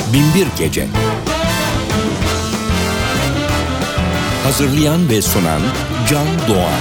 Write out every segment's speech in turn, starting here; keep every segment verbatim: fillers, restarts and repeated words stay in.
Binbir Gece. Hazırlayan ve sunan Can Doğan.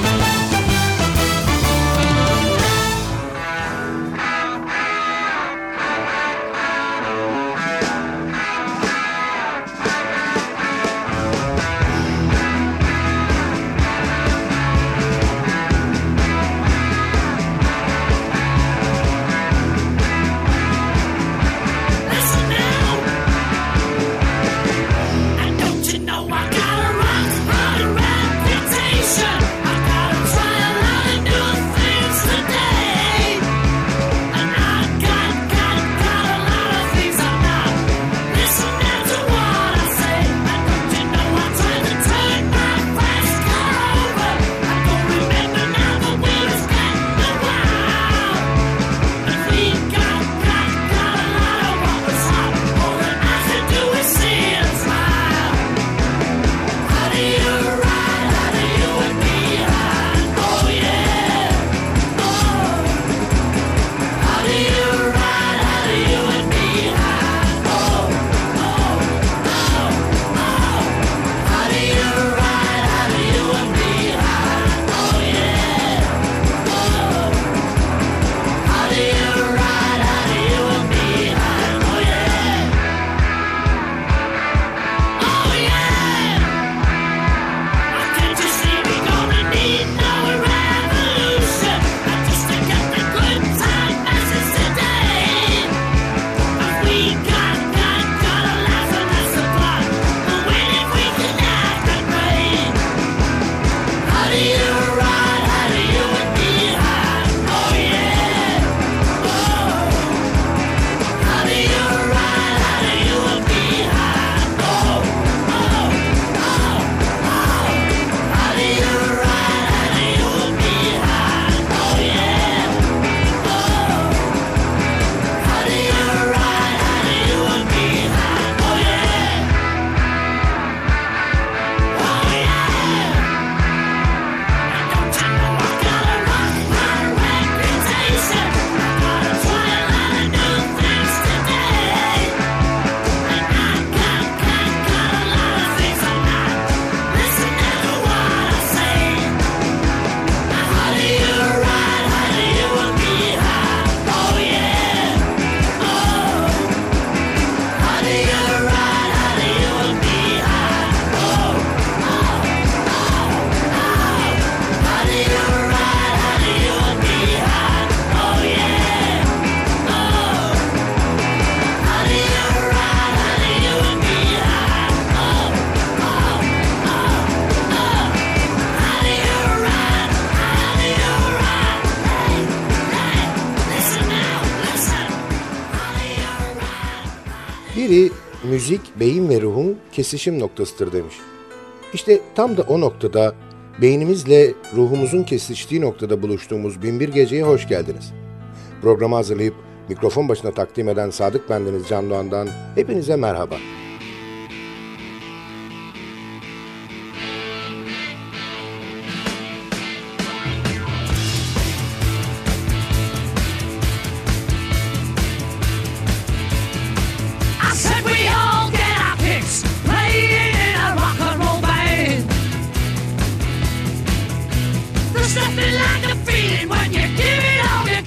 Biri müzik beyin ve ruhun kesişim noktasıdır demiş. İşte tam da o noktada beynimizle ruhumuzun kesiştiği noktada buluştuğumuz Binbir Gece'ye hoş geldiniz. Programı hazırlayıp mikrofon başına takdim eden Sadık bendeniz Can Doğan'dan hepinize merhaba.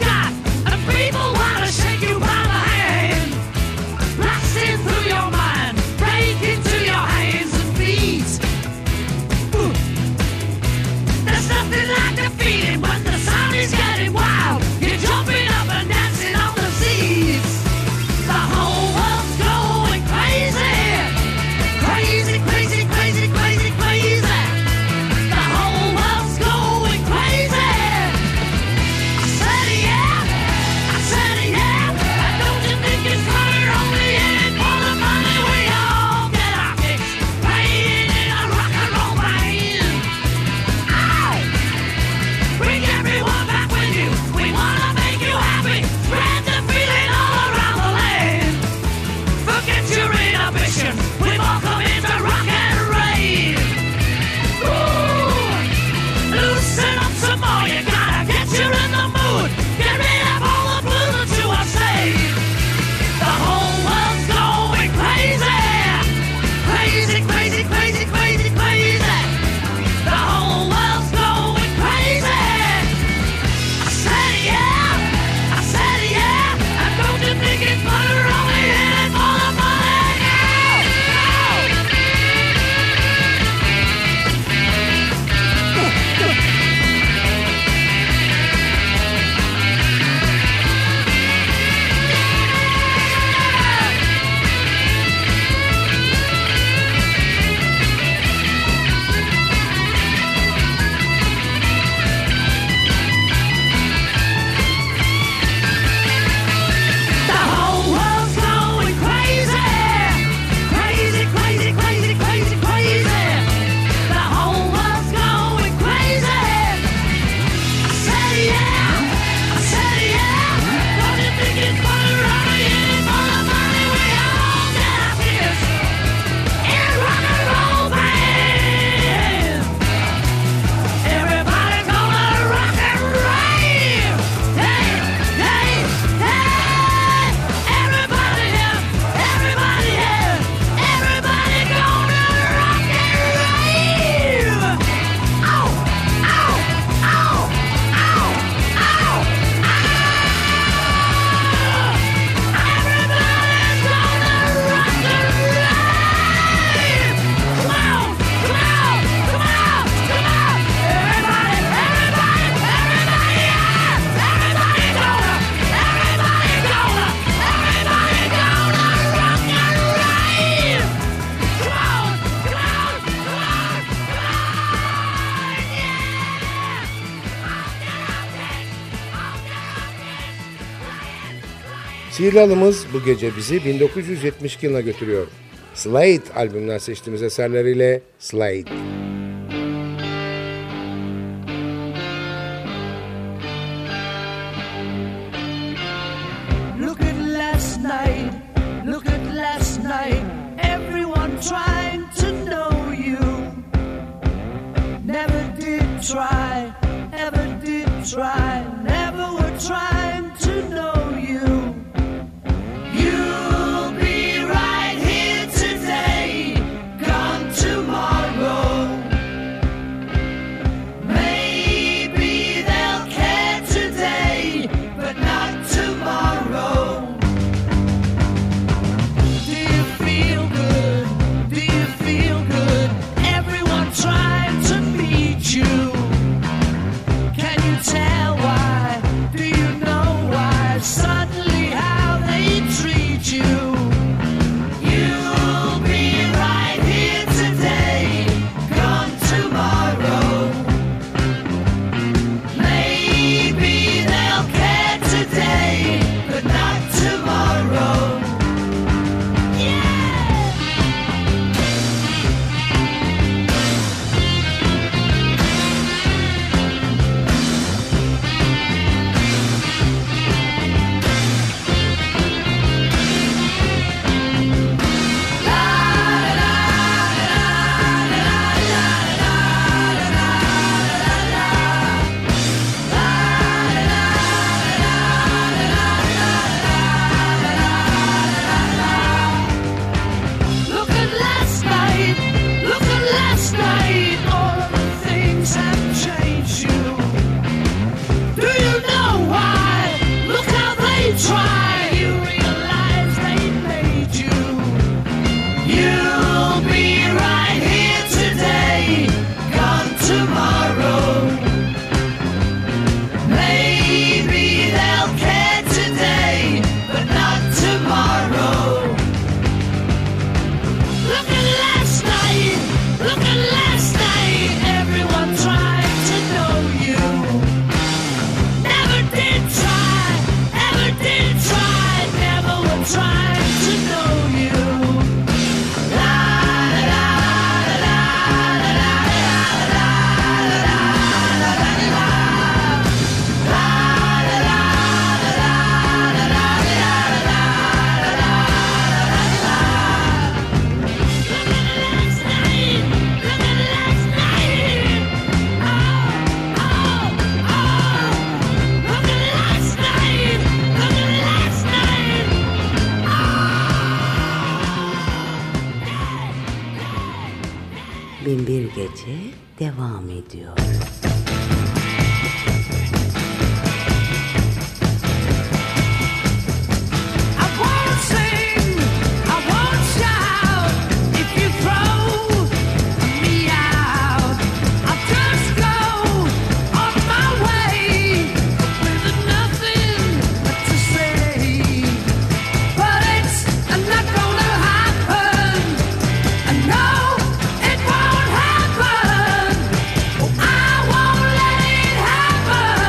Through your mind Sihirli Halımız bu gece bizi bin dokuz yüz yetmiş iki yılına götürüyor. Slade albümünden seçtiğimiz eserleriyle Slade. Look at last night, look at last night. Everyone trying to know you. Never did try, ever did try, never were trying to know you. You'll be right here today, gone tomorrow. Maybe they'll care today, but not tomorrow. Do you feel good? Do you feel good? Everyone trying to meet you. Can you tell why? Do you know why? Suddenly how they treat you. You'll be right here today, gone tomorrow. Maybe they'll care today, but not tomorrow. Yeah! Look at last night, look at last night. All of the things have changed you. Do you know why? Look how they try. You realize they made you. You'll be right here today, gone tomorrow. Maybe they'll care today, but not tomorrow. Look at last night, look at last night. Everyone tried to know you. Never did try, ever did try, never were trying to know you. La la la la la la la la la la la la. La la la la la la la la la. Look at last night, look at last night. Oh, oh, oh. Look at last night, look at last night. Binbir Gece devam ediyor. I won't sing, I won't shout if you throw me out. I'll just go on my way with nothing to say. But it's not gonna happen. No, it won't happen. I won't let it happen.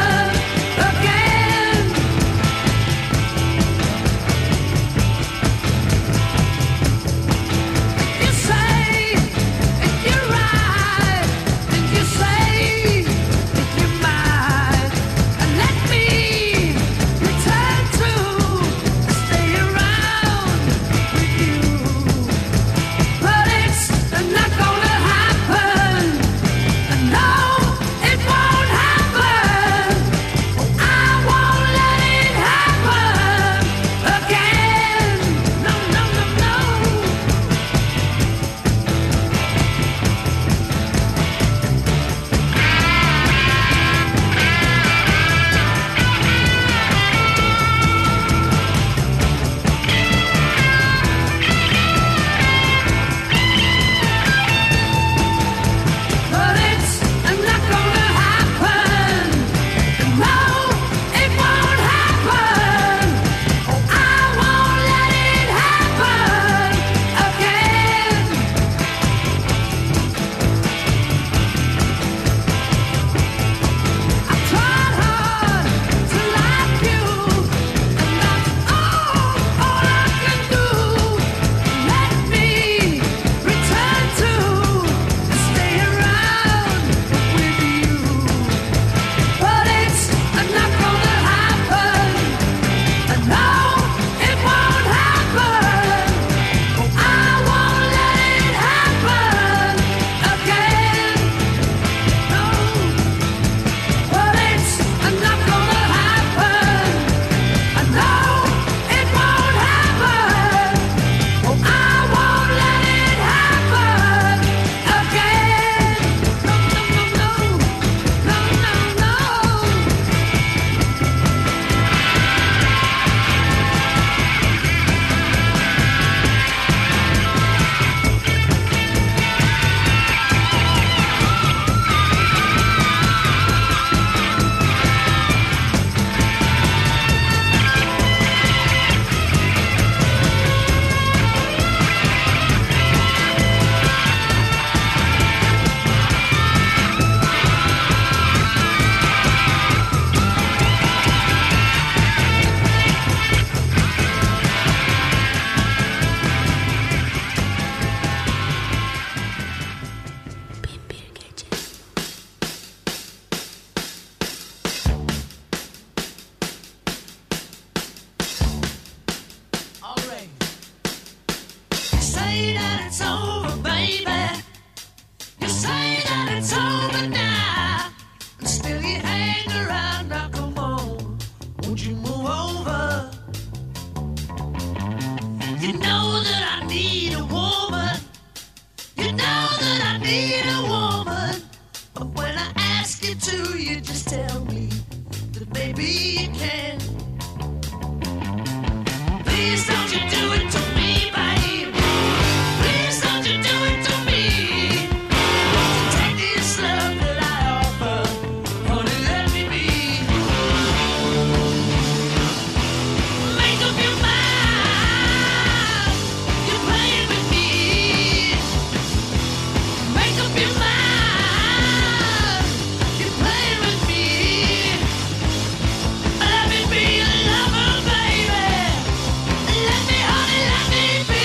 it's over, baby. You say that it's over now, and still you hang around. Now come on, won't you move over? You know that I need a woman. You know that I need a woman. But when I ask you to, you just tell me that maybe you can. Please don't you do it to me, babe. Please don't you do it to me. Take this love that I offer, honey, let me be. Make up your mind, you're playing with me. Make up your mind, you're playing with me. Let me be your lover, baby. Let me, honey, let me be.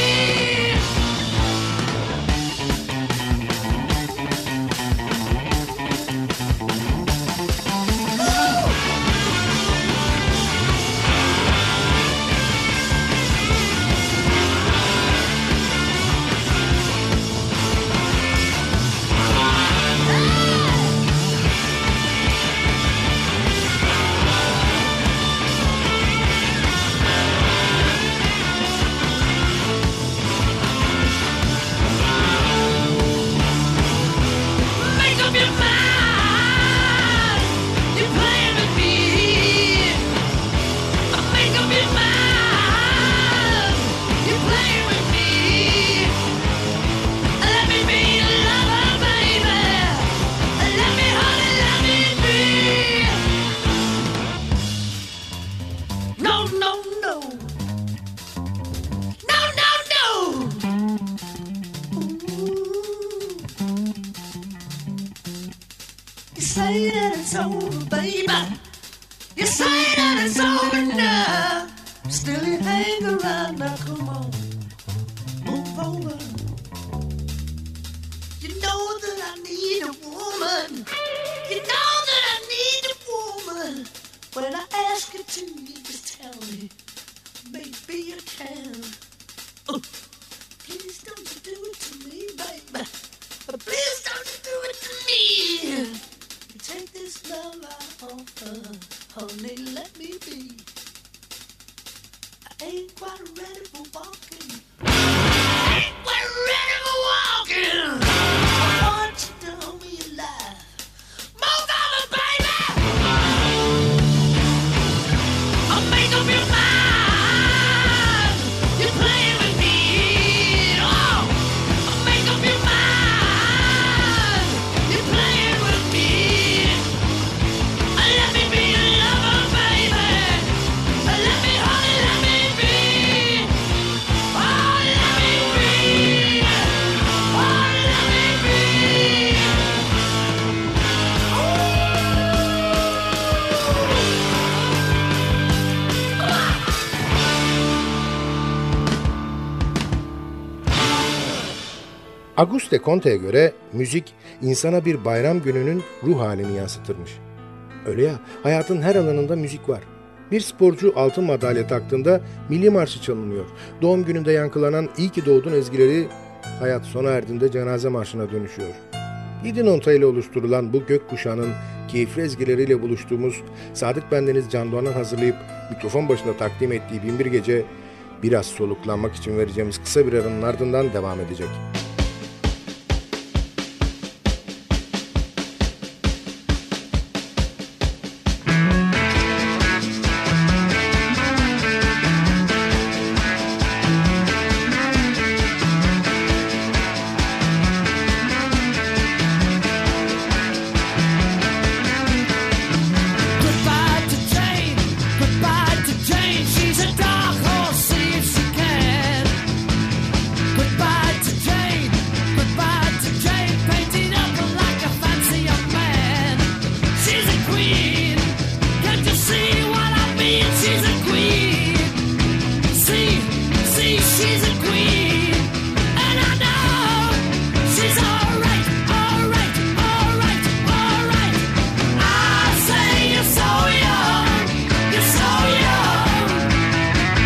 Make up your mind, you're playing with me. Make up your mind, you're playing with me. Let me be your lover, baby. Let me, honey, let me be. No, no, no. No, no, no. You say that it's over, baby. You say that it's over now. Still you hang around. Now come on, move over. You know that I need a woman. You know that I need a woman. When I ask you to, you just tell me, maybe you can. Oh, please don't you do it to me, baby. Please don't you do it to me. You take this love I offer, honey, let me be. I ain't quite ready for walking. I ain't quite ready for walking. I want you to hold me alive. Move over, baby. I'll make up your mind. You're playing with me. Oh, I'll make up your mind. You're playing with me. Let me be your lover, baby. Let me, honey, let me be. Oh, let me be. Oh, let me be. Auguste Comte'ye göre müzik insana bir bayram gününün ruh halini yansıtırmış. Öyle ya, hayatın her alanında müzik var. Bir sporcu altın madalya taktığında milli marşı çalınıyor. Doğum gününde yankılanan "İyi ki doğdun" ezgileri hayat sona erdiğinde cenaze marşına dönüşüyor. Yedi nota ile oluşturulan bu gökkuşağının keyifli ezgileriyle buluştuğumuz Sadık Bendeniz Can Doğan'ın hazırlayıp mikrofon başında takdim ettiği Binbir Gece biraz soluklanmak için vereceğimiz kısa bir aranın ardından devam edecek. Goodbye to Jane, goodbye to Jane. She's a dark horse, see if she can. Goodbye to Jane, goodbye to Jane. Painted up like a fancy young man. She's a queen, can't you see what I mean? She's a queen. See, see, she's a queen. And I know she's alright, alright, alright, alright. I say you're so young, you're so young.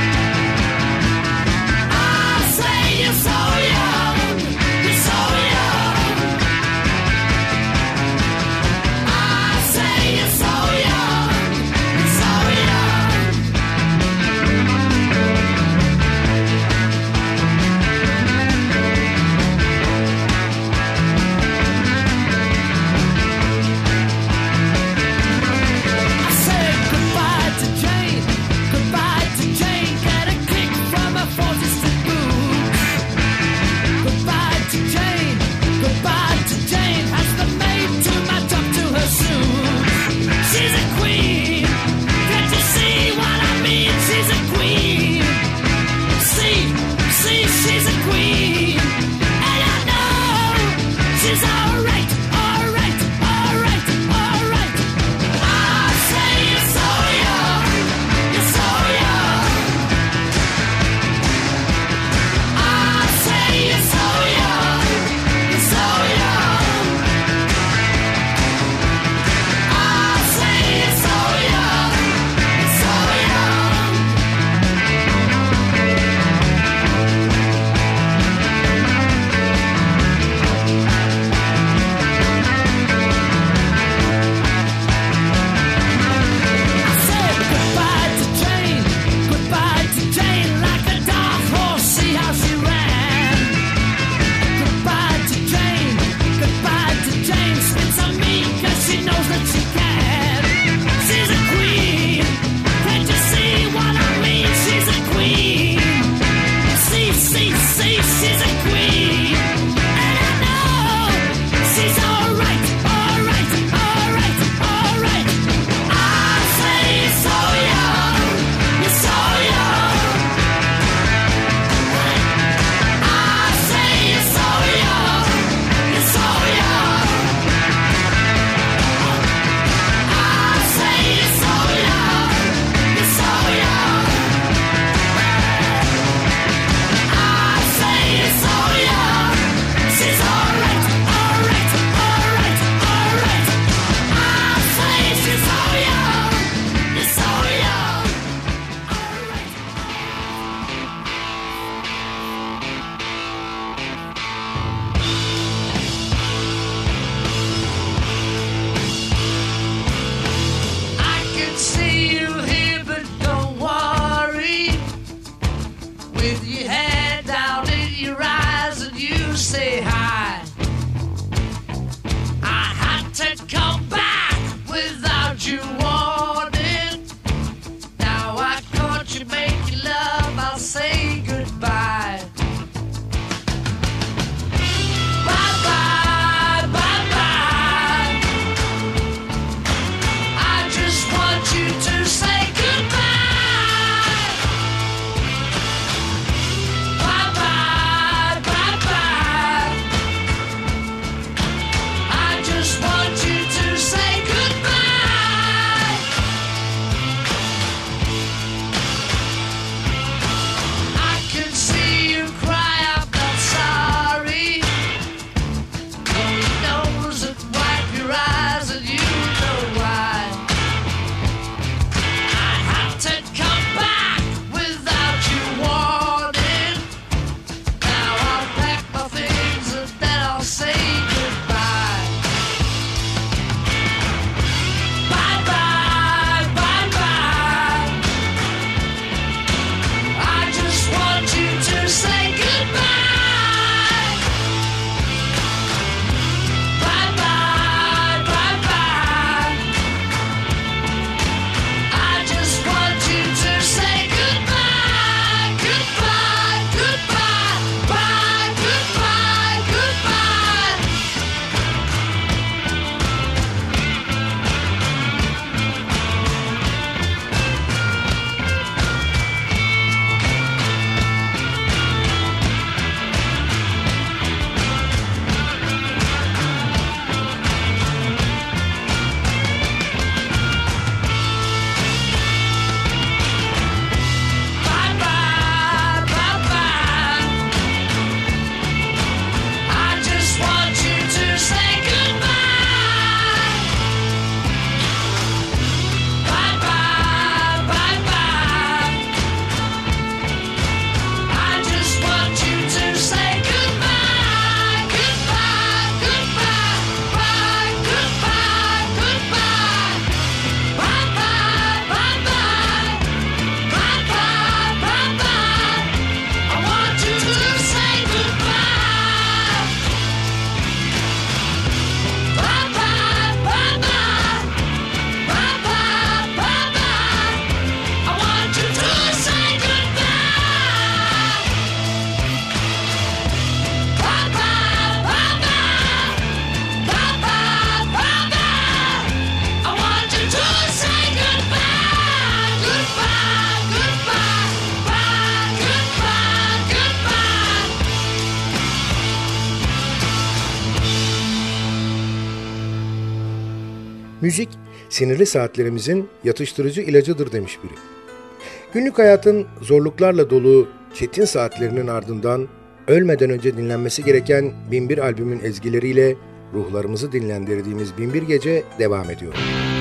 Müzik, sinirli saatlerimizin yatıştırıcı ilacıdır demiş biri. Günlük hayatın zorluklarla dolu çetin saatlerinin ardından ölmeden önce dinlenmesi gereken Binbir albümün ezgileriyle ruhlarımızı dinlendirdiğimiz Binbir Gece devam ediyor.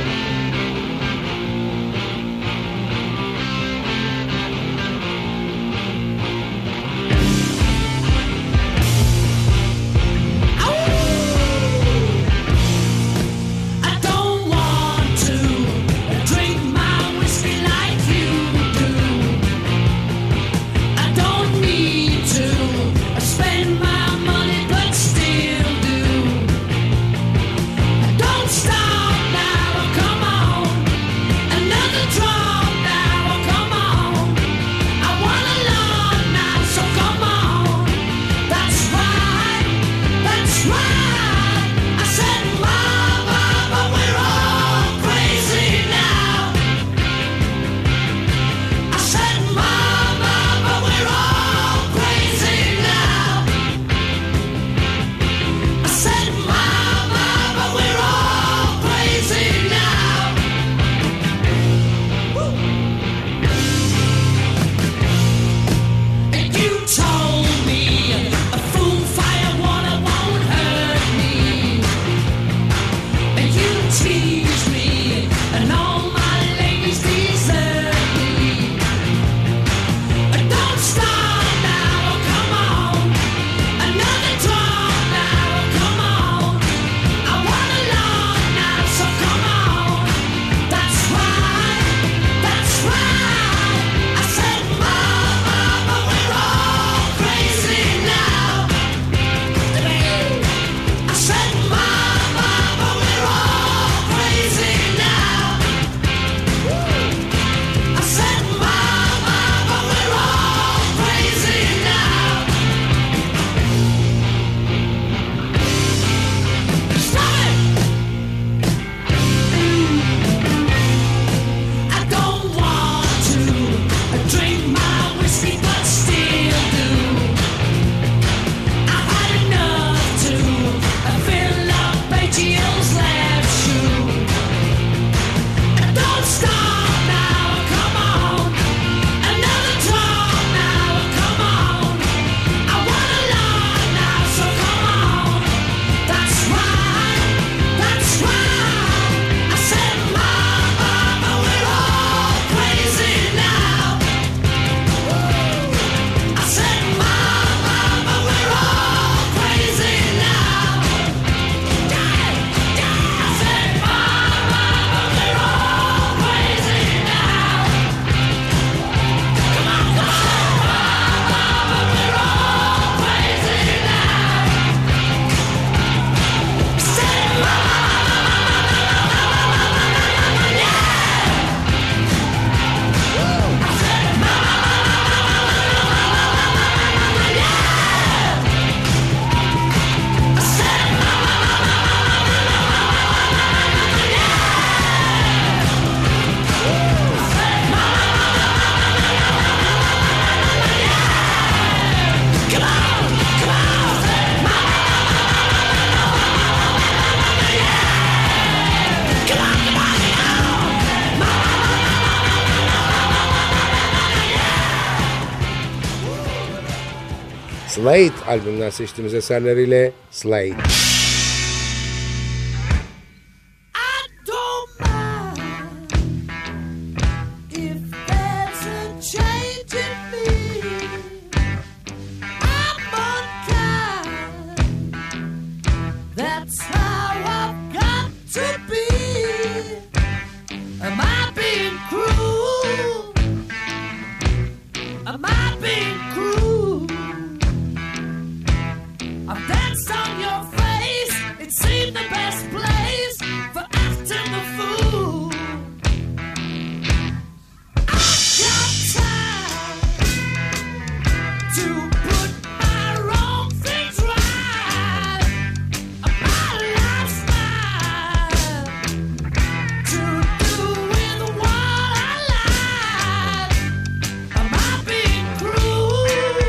Slade albümünden seçtiğimiz eserleriyle Slade. Am I being cruel?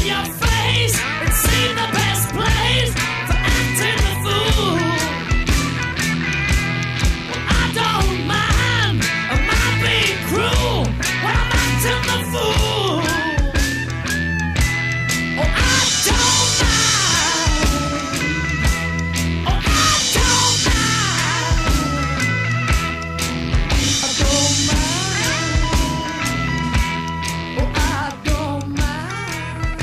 your face. It seemed the best place for acting the fool. Well, I don't mind, I might be cruel when I'm acting the fool. Oh, I don't mind. Oh, I don't mind. I don't mind. Oh, I don't mind.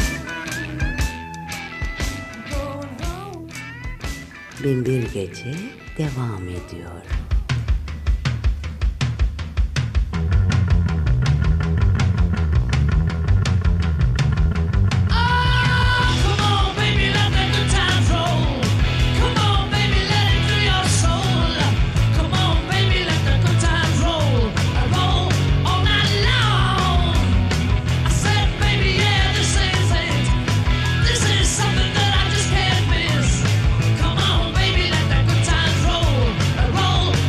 Going home. Binbir Gece devam ediyor. Oh, come on, baby, let the good times roll. Come on, baby, let it through your soul. Come on, baby, let the good times roll. Roll all night long. I said, baby, yeah, this is it. This is something that I just can't miss. Come on, baby, let the good times roll. Roll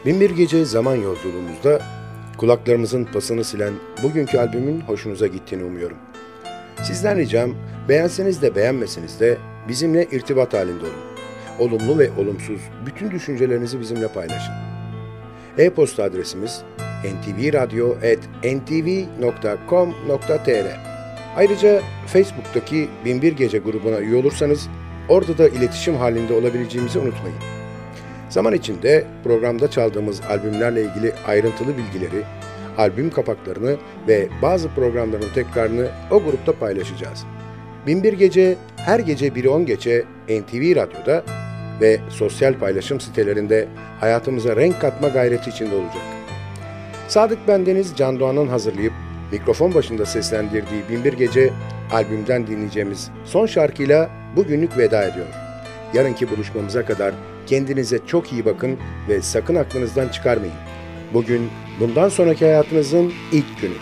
Binbir Gece zaman yolculuğumuzda kulaklarımızın pasını silen bugünkü albümün hoşunuza gittiğini umuyorum. Sizden ricam, beğenseniz de beğenmeseniz de bizimle irtibat halinde olun. Olumlu ve olumsuz bütün düşüncelerinizi bizimle paylaşın. E-posta adresimiz en ti vi radyo at en ti vi nokta com nokta te er. Ayrıca Facebook'taki Binbir Gece grubuna üye olursanız orada da iletişim halinde olabileceğimizi unutmayın. Zaman içinde programda çaldığımız albümlerle ilgili ayrıntılı bilgileri, albüm kapaklarını ve bazı programların tekrarını o grupta paylaşacağız. Binbir Gece her gece biri on geçe N T V Radyo'da ve sosyal paylaşım sitelerinde hayatımıza renk katma gayreti içinde olacak. Sadık Bendeniz Can Doğan'ın hazırlayıp mikrofon başında seslendirdiği Binbir Gece albümden dinleyeceğimiz son şarkıyla bugünlük veda ediyor. Yarınki buluşmamıza kadar kendinize çok iyi bakın ve sakın aklınızdan çıkarmayın. Bugün bundan sonraki hayatınızın ilk günü.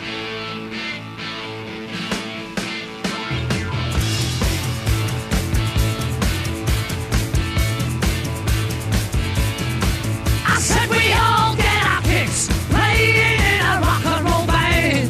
I said we all get our kicks playing in a rock and roll band.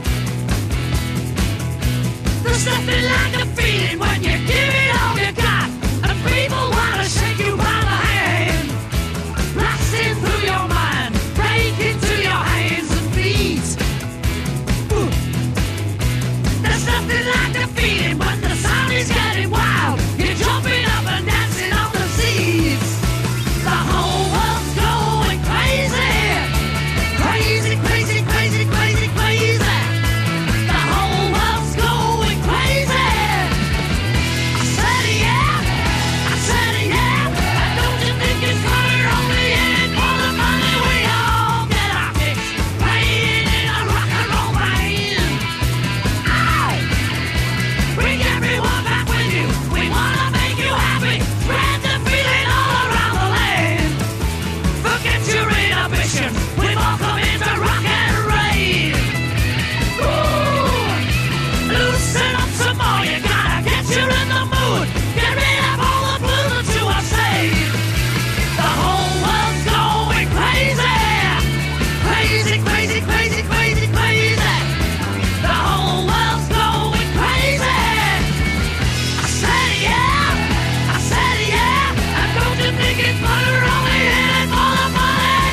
There's nothing like a feeling when you give it all you got, and people wanna shake you by the hand, blasting through your mind, break into your hands and feet. Ooh. There's nothing like the feeling when the sound is getting wild. You're jumping up and dancing on the seats. The whole world's going crazy, crazy, crazy, crazy, crazy, crazy. The whole world's going crazy. I said yeah, I said yeah. And don't you think it's funny only in for the money? We all get our kicks playing in a rock and roll band. Ow! Bring everyone back with you. We wanna make you happy. Spread the feeling all around the land. Forget your inhibition. We've all come in to rock and rave. Ooh, loosen up some more. You gotta get you in the mood. Get rid of all the blues that you have saved. The whole world's going crazy. Crazy, crazy, crazy, crazy, crazy. The whole world's going crazy. I said yeah, I said yeah. And don't you think it's funny only in it for the money?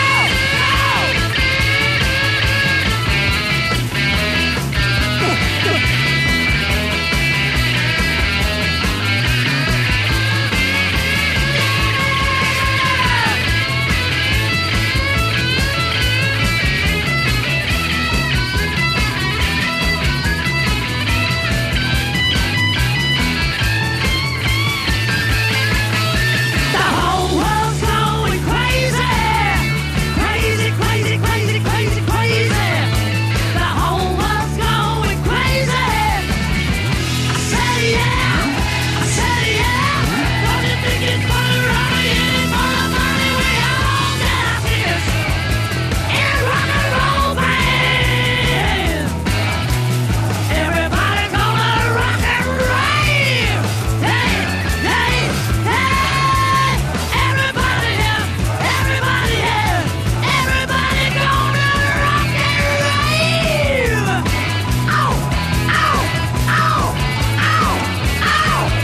The whole world's going crazy. Crazy, crazy, crazy, crazy, crazy. The whole world's going crazy. I said yeah, I said yeah. Don't you think it's funny running in for the money? We all get our kids in rock and roll band. Everybody gonna rock and rave. Hey, hey, hey. Everybody here, everybody here, everybody gonna rock and rave. Ow, ow, ow, ow, ow, ow.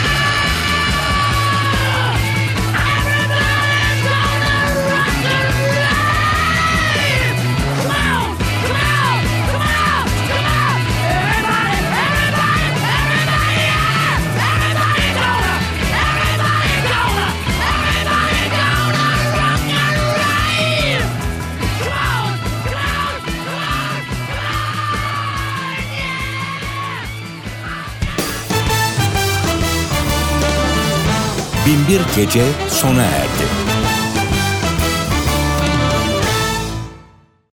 Everybody's gonna rock and rave. Come on, come on, come on, come on. Everybody, everybody, everybody, yeah. Everybody gonna, everybody gonna, everybody gonna rock and rave. Come on, come on, come on, come on, yeah. Binbir Gece sona erdi.